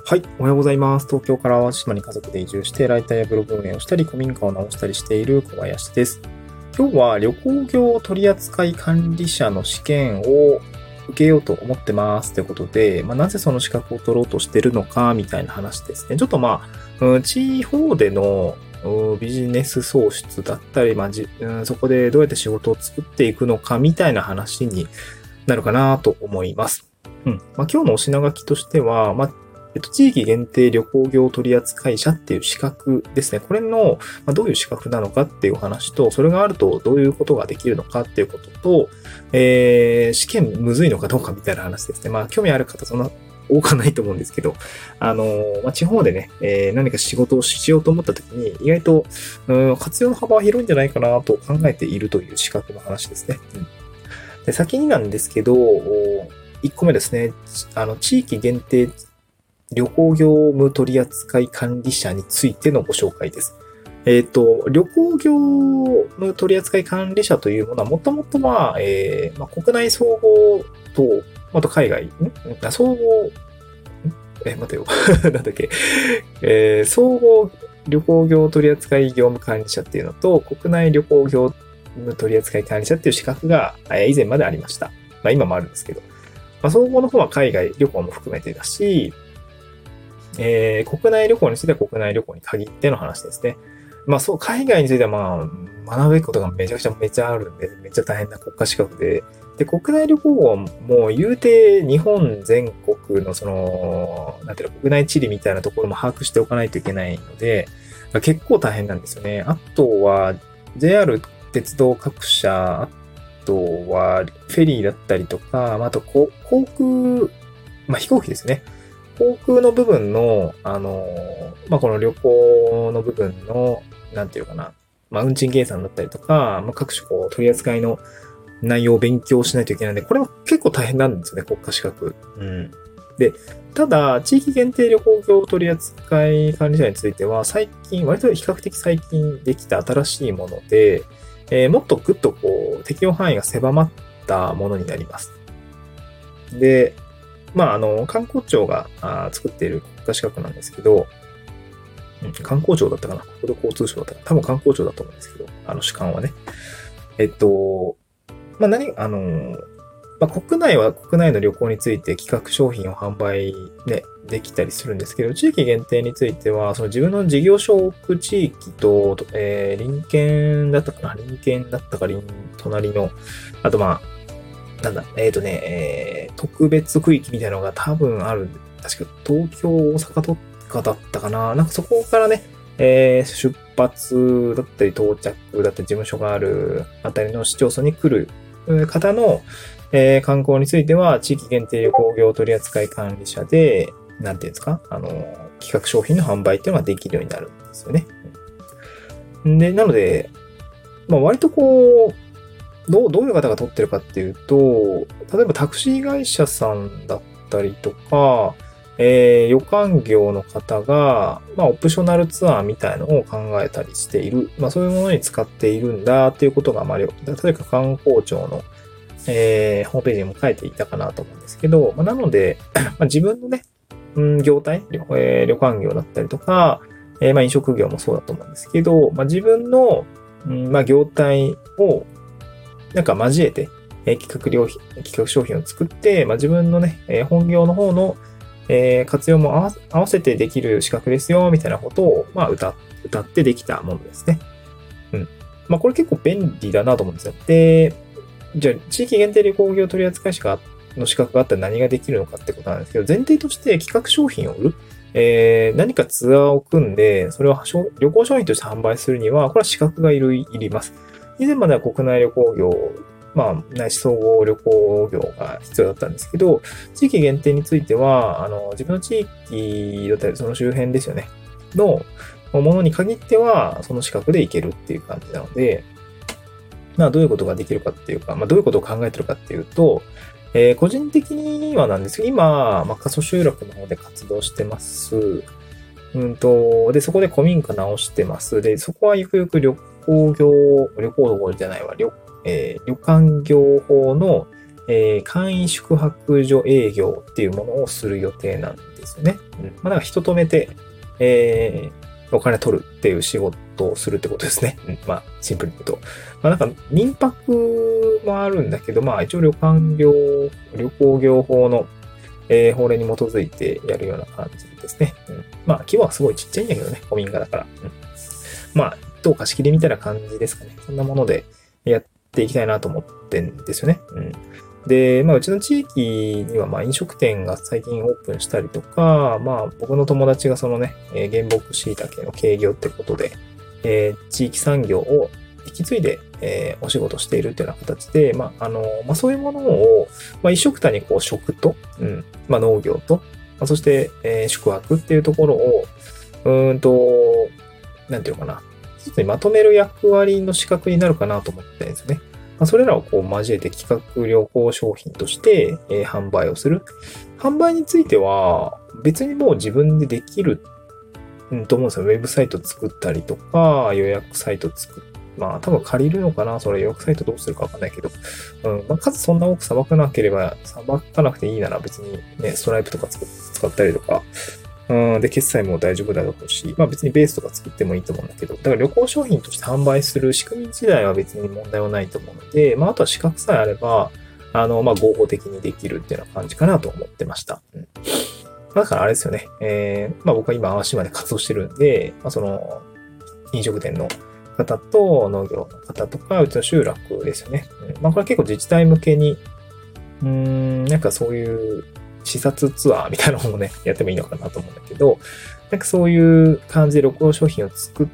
はい、おはようございます。東京から淡路島に家族で移住して、ライターやブログ運営をしたり、古民家を直したりしている小林です。今日は旅行業取扱管理者の試験を受けようと思ってますということで、なぜその資格を取ろうとしているのかみたいな話ですね。ちょっと地方でのビジネス創出だったり、そこでどうやって仕事を作っていくのかみたいな話になるかなと思います。今日のお品書きとしては、地域限定旅行業取扱者っていう資格ですね。これの、どういう資格なのかっていう話と、それがあるとどういうことができるのかっていうことと、試験むずいのかどうかみたいな話ですね。興味ある方そんな多くはないと思うんですけど、地方でね、何か仕事をしようと思った時に、意外と、活用の幅は広いんじゃないかなと考えているという資格の話ですね。で、先になんですけど、1個目ですね。地域限定旅行業務取扱管理者についてのご紹介です。旅行業務取扱管理者というものはもともと国内総合と、あと海外、総合、待てよ。なんだっけ。総合旅行業取扱業務管理者っていうのと、国内旅行業務取扱管理者っていう資格が以前までありました。今もあるんですけど。総合の方は海外旅行も含めてだし、国内旅行については国内旅行に限っての話ですね。海外については学ぶべきことがめちゃあるんで、めっちゃ大変な国家資格で、国内旅行はもう言うて日本全国の国内地理みたいなところも把握しておかないといけないので、結構大変なんですよね。あとは JR 鉄道各社、あとはフェリーだったりとか、あと航空、飛行機ですね。航空の部分の、この旅行の部分の、運賃計算だったりとか、各種取り扱いの内容を勉強しないといけないので、これも結構大変なんですよね、国家資格。で、ただ、地域限定旅行業取扱管理者については、割と比較的最近できた新しいもので、もっとぐっと適用範囲が狭まったものになります。で、観光庁が作っている国家資格なんですけど、観光庁だったかな、国土交通省だったかな、多分観光庁だと思うんですけど、主管はね。国内は国内の旅行について企画商品を販売ね、できたりするんですけど、地域限定については、その自分の事業所を置く地域と、隣県だったかな、隣の、あと特別区域みたいなのが多分ある。確か東京、大阪とかだったかな。そこからね、出発だったり到着だったり事務所があるあたりの市町村に来る方の、観光については地域限定旅行業取扱管理者で、企画商品の販売っていうのができるようになるんですよね。で、なので、割とどういう方が取ってるかっていうと、例えばタクシー会社さんだったりとか、旅館業の方が、オプショナルツアーみたいのを考えたりしている。そういうものに使っているんだっていうことが、例えば観光庁の、ホームページにも書いていたかなと思うんですけど、なので、自分のね、業態、旅館業だったりとか、飲食業もそうだと思うんですけど、自分の、業態を交えて、企画商品を作って、自分のね、本業の方の、活用も合わせてできる資格ですよ、みたいなことを、歌ってできたものですね。これ結構便利だなと思うんですよ。で、じゃあ、地域限定旅行業取扱者の資格があったら何ができるのかってことなんですけど、前提として企画商品を売る。何かツアーを組んで、それを旅行商品として販売するには、これは資格がいります。以前までは国内旅行業、内地総合旅行業が必要だったんですけど、地域限定については、自分の地域だったり、その周辺ですよね、のものに限っては、その資格でいけるっていう感じなので、どういうことができるかっていうか、どういうことを考えてるかっていうと、個人的にはなんですけど、今、過疎集落の方で活動してます。で、そこで古民家直してます。で、そこはゆくゆく旅行じゃないわ、旅館業法の、 簡易宿泊所営業っていうものをする予定なんですよね。だから人止めて、お金取るっていう仕事をするってことですね。シンプルに言うと。なんか民泊もあるんだけど、一応旅行業法の、法令に基づいてやるような感じですね。規模はすごいちっちゃいんだけどね、古民家だから。どう貸し切りみたいな感じですかね。そんなものでやっていきたいなと思ってんですよね。で、うちの地域には飲食店が最近オープンしたりとか、僕の友達がそのね、原木椎茸の軽業ってことで、地域産業を引き継いで、お仕事しているっていうような形で、そういうものを、一緒くたにこう食と、農業と、そして、宿泊っていうところを、なんていうのかな、一つにまとめる役割の資格になるかなと思ってるんですよね。それらをこう交えて企画旅行商品として、販売をする。販売については別にもう自分でできる、と思うんですよ。ウェブサイト作ったりとか、予約サイト多分借りるのかな、それ予約サイトどうするかわかんないけど。数そんな多くさばかなくていいなら別にね、ストライプとか使ったりとか、で、決済も大丈夫だろうし、別にベースとか作ってもいいと思うんだけど、だから旅行商品として販売する仕組み自体は別に問題はないと思うので、あとは資格さえあれば、合法的にできるっていうような感じかなと思ってました。だからあれですよね。僕は今、淡島で活動してるんで、その、飲食店の方と農業の方とか、うちの集落ですよね。これ結構自治体向けに、なんかそういう視察ツアーみたいなのもね、やってもいいのかなと思うんだけど、なんかそういう感じで旅行商品を作って、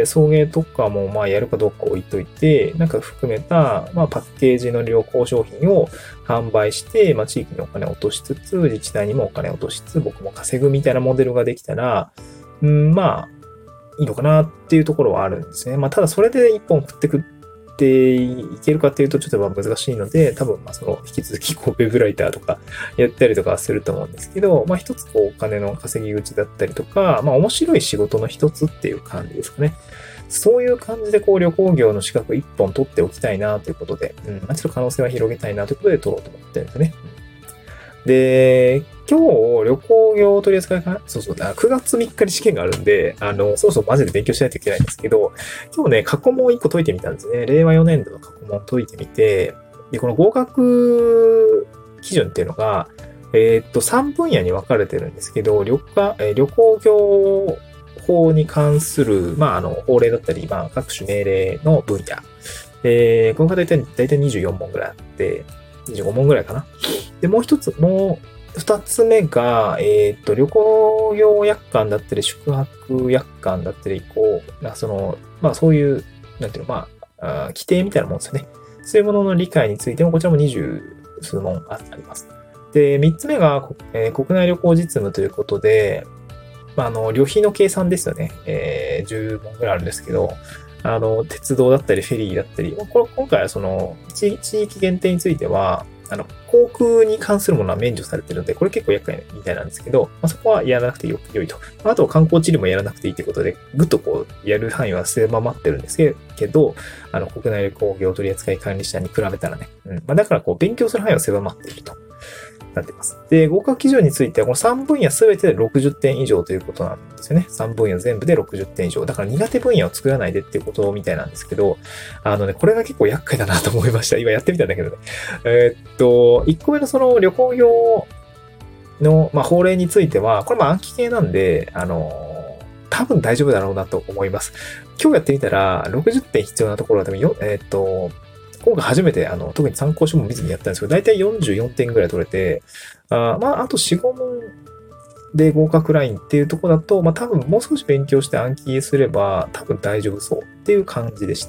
送迎とかもやるかどうか置いといて、なんか含めた、パッケージの旅行商品を販売して、地域にお金を落としつつ、自治体にもお金を落としつつ、僕も稼ぐみたいなモデルができたら、いいのかなっていうところはあるんですね。ただそれで一本食ってくっていけるかっていうとちょっと難しいので、多分その引き続きウェブライターとかやったりとかすると思うんですけど、一つお金の稼ぎ口だったりとか、面白い仕事の一つっていう感じですかね。そういう感じで旅行業の資格一本取っておきたいなということで、ちょっと可能性は広げたいなということで取ろうと思ってるんですね。で、今日、旅行業取り扱いかな9月3日に試験があるんで、そろそろマジで勉強しないといけないんですけど、今日ね、過去問1個解いてみたんですね。令和4年度の過去問解いてみて、で、この合格基準っていうのが、3分野に分かれてるんですけど、旅行業法に関する、法令だったり、各種命令の分野。この方だいたい24問ぐらいあって、25問ぐらいかな。で、もう二つ目が、旅行業約款だったり、宿泊約款だったり、そういう、規定みたいなもんですよね。そういうものの理解についても、こちらも20数問あります。で、三つ目が、国内旅行実務ということで、旅費の計算ですよね。10問ぐらいあるんですけど、鉄道だったり、フェリーだったり、今回は地域限定については、航空に関するものは免除されてるので、これ結構厄介みたいなんですけど、そこはやらなくて良いと。あとは観光地理もやらなくていいということで、ぐっとやる範囲は狭まってるんですけど、国内旅行業取扱管理者に比べたらね。だから勉強する範囲は狭まっていると。なってます。で、合格基準については、この3分野すべてで60点以上ということなんですよね。3分野全部で60点以上。だから苦手分野を作らないでっていうことみたいなんですけど、これが結構厄介だなと思いました。今やってみたんだけどね。1個目のその旅行業の、法令については、これ暗記系なんで、多分大丈夫だろうなと思います。今日やってみたら、60点必要なところは多分今回初めて、特に参考書も見ずにやったんですけど、だいたい44点ぐらい取れて、あと4、5問で合格ラインっていうところだと、多分もう少し勉強して暗記すれば、多分大丈夫そうっていう感じでした。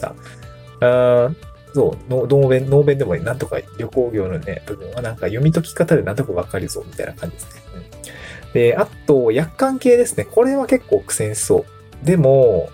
能弁でもなんとか旅行業のね、部分はなんか読み解き方でなんとかわかるぞみたいな感じですね。で、あと、約款系ですね。これは結構苦戦しそう。でも、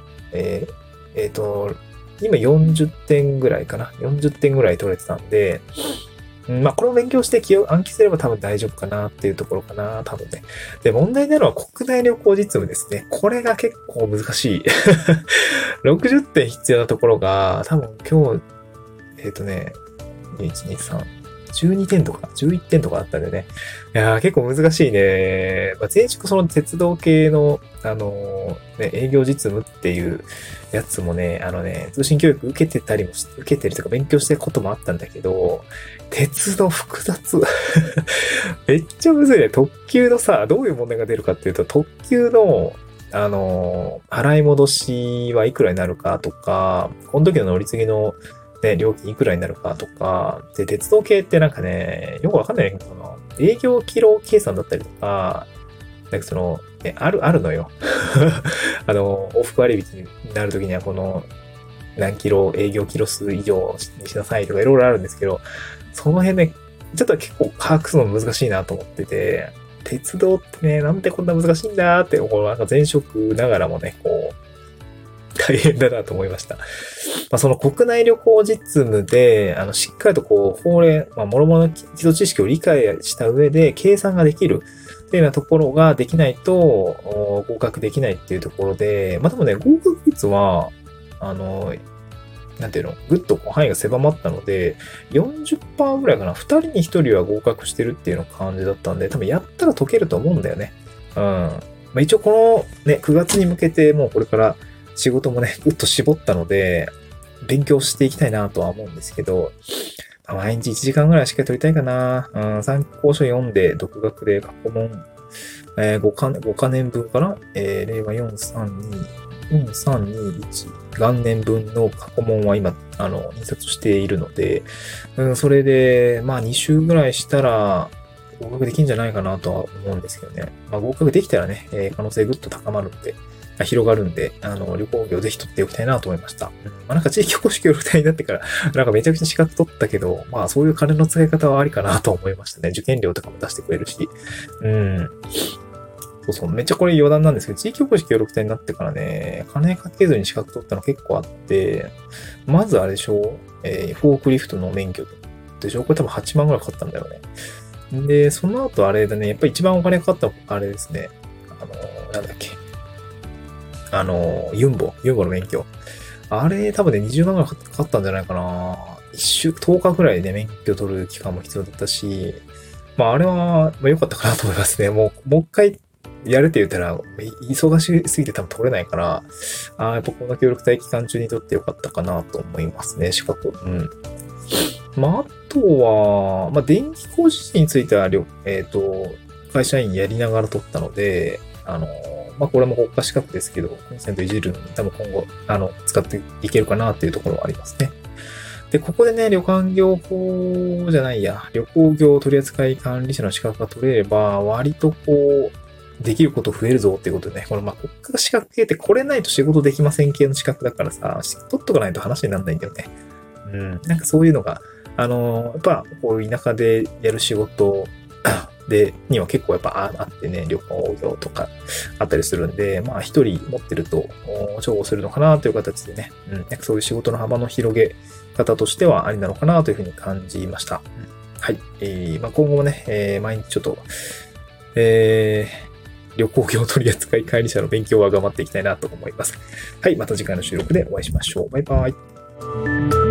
今40点ぐらいかな。40点ぐらい取れてたんで、これを勉強して暗記すれば多分大丈夫かなっていうところかな、多分ね。で、問題なのは国内旅行実務ですね。これが結構難しい。60点必要なところが、多分今日、1、2、3、 12点とか、11点とかあったんでね。いやー、結構難しいね。まあ、前職その鉄道系の、営業実務っていうやつもね、通信教育受けてたりも受けてるとか勉強してることもあったんだけど、鉄道複雑。めっちゃむずいね。特急のさ、どういう問題が出るかっていうと、特急の、払い戻しはいくらになるかとか、この時の乗り継ぎの、ね、料金いくらになるかとか、で、鉄道系ってなんかね、よくわかんないけど、営業キロ計算だったりとか、なんかあるのよ。往復割引になるときにはこの、何キロ、営業キロ数以上にしなさいとかいろいろあるんですけど、その辺ね、ちょっと結構把握するの難しいなと思ってて、鉄道ってね、なんでこんな難しいんだって、なんか前職ながらもね、大変だなと思いました。まあ、その国内旅行実務で、しっかりと法令、まあ、諸々の基礎知識を理解した上で計算ができるっていうようなところができないと、合格できないっていうところで、まあ、でもね、合格率は、なんていうの、ぐっと範囲が狭まったので、40% ぐらいかな。2人に1人は合格してるっていうの感じだったんで、多分やったら解けると思うんだよね。うん。まあ、一応このね、9月に向けてもうこれから仕事もね、ぐっと絞ったので、勉強していきたいなとは思うんですけど、毎日1時間ぐらいしっかり取りたいかな。参考書読んで、独学で過去問、5か年分かな。令和4321元年分の過去問は今、印刷しているので、それで、まあ2週ぐらいしたら、合格できるんじゃないかなとは思うんですけどね。まあ合格できたらね、可能性ぐっと高まるんで、広がるんで、旅行業ぜひ取っておきたいなと思いました。まあなんか地域おこし協力隊になってから、なんかめちゃくちゃ資格取ったけど、まあそういう金の使い方はありかなと思いましたね。受験料とかも出してくれるし。そうそう、めっちゃこれ余談なんですけど、地域おこし協力隊になってからね、金かけずに資格取ったの結構あって、まずあれでしょ、フォークリフトの免許でしょ、これ多分8万ぐらいかかったんだよね。で、その後あれだね、やっぱり一番お金かかったあれですね。なんだっけ。ユンボの免許。あれ多分ね、20万ぐらいかかったんじゃないかな。10日ぐらいで免許取る期間も必要だったし、まああれは、まあ良かったかなと思いますね。もう一回やるって言ったら、忙しすぎて多分取れないから、やっぱこの協力隊期間中に取ってよかったかなと思いますね、資格。まあ、あとは、まあ、電気工事士については、会社員やりながら取ったので、まあ、これも国家資格ですけど、コンセントいじるのに多分今後、使っていけるかなっていうところはありますね。で、ここでね、旅行業取扱管理者の資格が取れれば、割とできること増えるぞっていうことでね、この国家資格系ってこれないと仕事できません系の資格だからさ、取っとかないと話にならないんだよね。なんかそういうのが、やっぱ、田舎でやる仕事には結構やっぱあってね、旅行業とかあったりするんで、まあ一人持ってると重宝するのかなという形でね、なんかそういう仕事の幅の広げ方としてはありなのかなというふうに感じました。はい。まあ今後もね、毎日ちょっと、旅行業取扱管理者の勉強は頑張っていきたいなと思います。はい。また次回の収録でお会いしましょう。バイバイ。